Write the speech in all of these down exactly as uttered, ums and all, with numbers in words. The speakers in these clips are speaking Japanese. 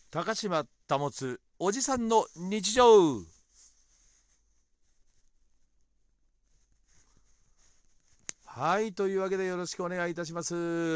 高島保おじさんの日常。はい、というわけでよろしくお願いいたします。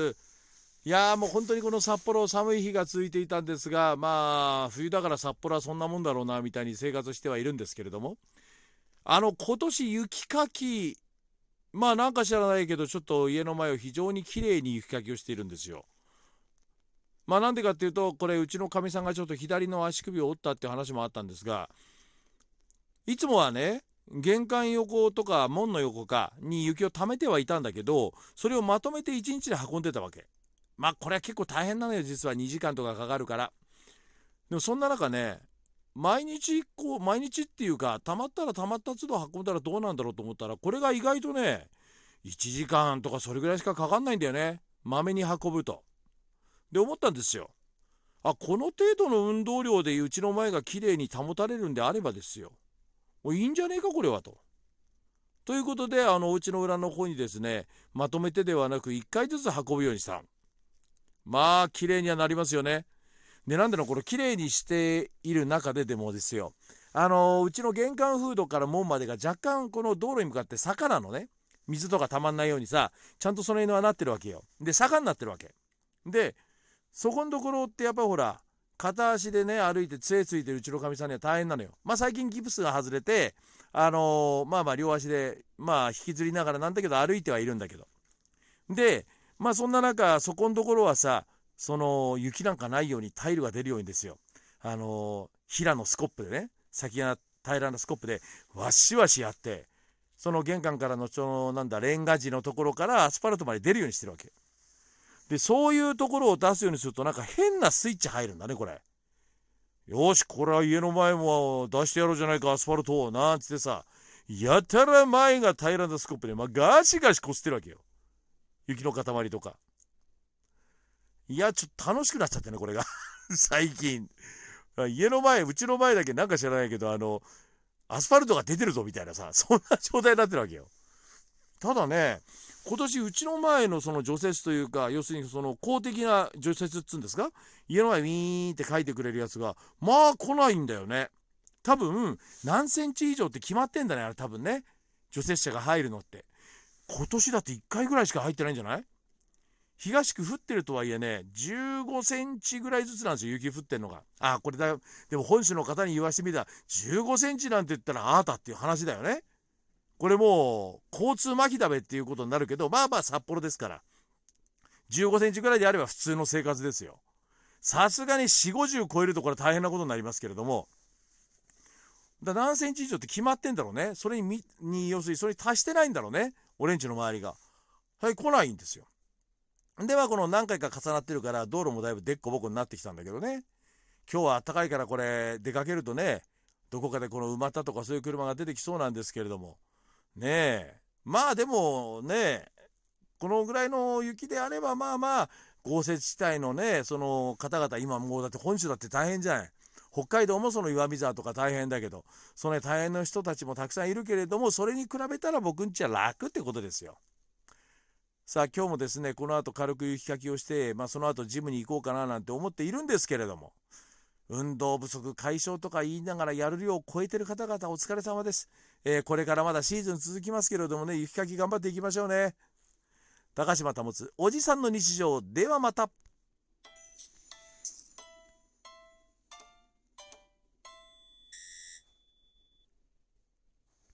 いやーもう本当にこの札幌寒い日が続いていたんですが、まあ冬だから札幌はそんなもんだろうなみたいに生活してはいるんですけれども、あの今年雪かき、まあなんか知らないけどちょっと家の前を非常に綺麗に雪かきをしているんですよ。まあなんでかっていうと、これうちのかみさんがちょっと左の足首を折ったっていう話もあったんですが、いつもはね、玄関横とか門の横かに雪を溜めてはいたんだけど、それをまとめていちにちで運んでたわけ。まあこれは結構大変なのよ、実はにじかんとかかかるから。でもそんな中ね、毎日こう毎日っていうか、溜まったら溜まった都度運んだらどうなんだろうと思ったら、これが意外とね、いちじかんとかそれぐらいしかかかんないんだよね、まめに運ぶと。で思ったんですよ。あ、この程度の運動量でうちの前がきれいに保たれるんであればですよ、もういいんじゃねえかこれはと。ということで、あのお家の裏の方にですね、まとめてではなくいっかいずつ運ぶようにした。まあ綺麗にはなりますよね。でなんでのこれ綺麗にしている中ででもですよ、あのうちの玄関フードから門までが若干この道路に向かって坂なのね。水とかたまんないようにさ、ちゃんとその辺はなってるわけよ。で坂になってるわけで、そこのところってやっぱほら、片足でね歩いて杖ついてるうちのかみさんには大変なのよ。まあ最近ギプスが外れて、あのーまあまあ両足でまあ引きずりながらなんだけど歩いてはいるんだけど、でまあそんな中、そこのところはさ、その雪なんかないようにタイルが出るようにですよ、あのー平のスコップでね、先が平らなスコップでわしわしやって、その玄関からのそのなんだレンガ地のところからアスファルトまで出るようにしてるわけで、そういうところを出すようにするとなんか変なスイッチ入るんだねこれ。よしこれは家の前も出してやろうじゃないかアスファルトをなんつってさ、やたら前が平らなスコップで、まあ、ガシガシこすってるわけよ、雪の塊とか。いやちょっと楽しくなっちゃってねこれが最近。家の前、うちの前だけなんか知らないけど、あのアスファルトが出てるぞみたいなさ、そんな状態になってるわけよ。ただね、今年うちの前のその除雪というか、要するにその公的な除雪っつうんですか、家の前ウィーンって書いてくれるやつがまあ来ないんだよね。多分何センチ以上って決まってんだね、あれ多分ね、除雪車が入るのって。今年だっていっかいぐらいしか入ってないんじゃない。東区降ってるとはいえね、じゅうごセンチぐらいずつなんですよ、雪降ってんのが。あ、これだ、でも本州の方に言わしてみたら、じゅうごセンチなんて言ったらあなたっていう話だよね。これもう、交通まひだべっていうことになるけど、まあまあ札幌ですから、じゅうごセンチぐらいであれば普通の生活ですよ。さすがによん、ごじゅう超えるとこれ大変なことになりますけれども、だ何センチ以上って決まってんだろうね。それに、に要するにそれに達してないんだろうね。俺んちの周りが。はい、来ないんですよ。ではこの何回か重なってるから道路もだいぶでっこぼこになってきたんだけどね。今日は暖かいからこれ出かけるとね、どこかでこの埋まったとかそういう車が出てきそうなんですけれどもね。えまあでもね、このぐらいの雪であればまあまあ豪雪地帯のねその方々、今もうだって本州だって大変じゃない。北海道もその岩見沢とか大変だけど、その、ね、大変な人たちもたくさんいるけれども、それに比べたら僕んちは楽ってことですよ。さあ今日もですね、この後軽く雪かきをして、まあ、その後ジムに行こうかななんて思っているんですけれども、運動不足解消とか言いながらやる量を超えてる方々お疲れ様です。えーこれからまだシーズン続きますけれどもね、雪かき頑張っていきましょうね。高島保おじさんの日常ではまた。